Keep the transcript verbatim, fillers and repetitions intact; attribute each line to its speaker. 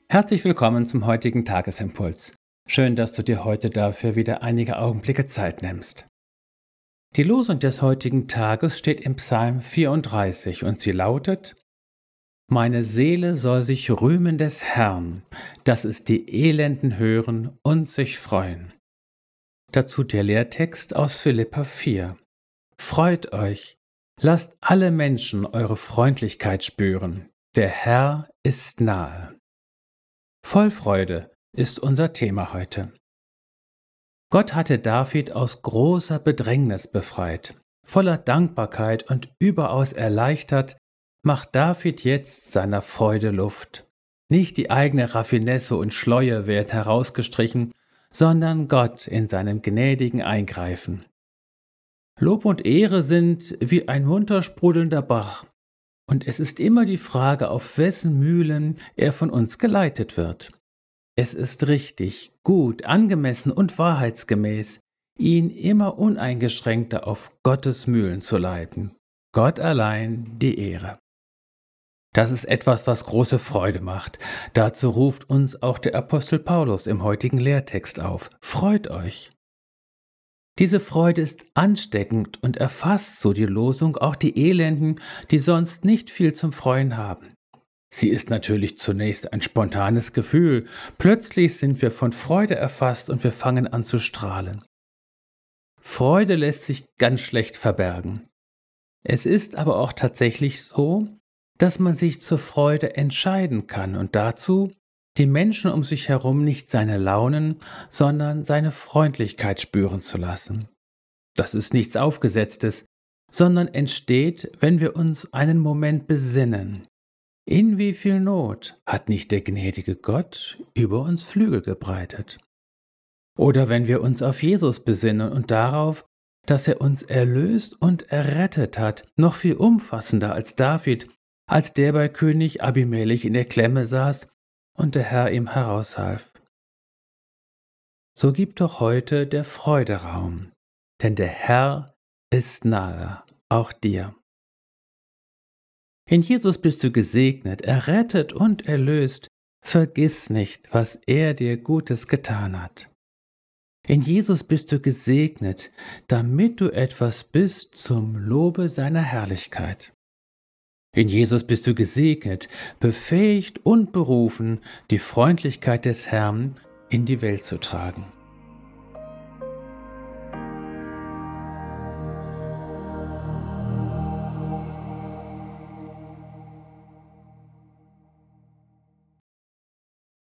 Speaker 1: Herzlich willkommen zum heutigen Tagesimpuls. Schön, dass du dir heute dafür wieder einige Augenblicke Zeit nimmst. Die Losung des heutigen Tages steht im Psalm vierunddreißig und sie lautet: Meine Seele soll sich rühmen des Herrn, dass es die Elenden hören und sich freuen. Dazu der Lehrtext aus Philipper vier. Freut euch, lasst alle Menschen eure Freundlichkeit spüren. Der Herr ist nahe. Voll Freude ist unser Thema heute. Gott hatte David aus großer Bedrängnis befreit. Voller Dankbarkeit und überaus erleichtert macht David jetzt seiner Freude Luft. Nicht die eigene Raffinesse und Schleue werden herausgestrichen, sondern Gott in seinem gnädigen Eingreifen. Lob und Ehre sind wie ein munter sprudelnder Bach, und es ist immer die Frage, auf wessen Mühlen er von uns geleitet wird. Es ist richtig, gut, angemessen und wahrheitsgemäß, ihn immer uneingeschränkter auf Gottes Mühlen zu leiten. Gott allein die Ehre. Das ist etwas, was große Freude macht. Dazu ruft uns auch der Apostel Paulus im heutigen Lehrtext auf. Freut euch! Diese Freude ist ansteckend und erfasst, so die Losung, auch die Elenden, die sonst nicht viel zum Freuen haben. Sie ist natürlich zunächst ein spontanes Gefühl. Plötzlich sind wir von Freude erfasst und wir fangen an zu strahlen. Freude lässt sich ganz schlecht verbergen. Es ist aber auch tatsächlich so, dass man sich zur Freude entscheiden kann und dazu die Menschen um sich herum nicht seine Launen, sondern seine Freundlichkeit spüren zu lassen. Das ist nichts Aufgesetztes, sondern entsteht, wenn wir uns einen Moment besinnen. In wie viel Not hat nicht der gnädige Gott über uns Flügel gebreitet? Oder wenn wir uns auf Jesus besinnen und darauf, dass er uns erlöst und errettet hat, noch viel umfassender als David, als der bei König Abimelech in der Klemme saß und der Herr ihm heraushalf. So gib doch heute der Freude Raum, denn der Herr ist nahe, auch dir. In Jesus bist du gesegnet, errettet und erlöst. Vergiss nicht, was er dir Gutes getan hat. In Jesus bist du gesegnet, damit du etwas bist zum Lobe seiner Herrlichkeit. In Jesus bist du gesegnet, befähigt und berufen, die Freundlichkeit des Herrn in die Welt zu tragen.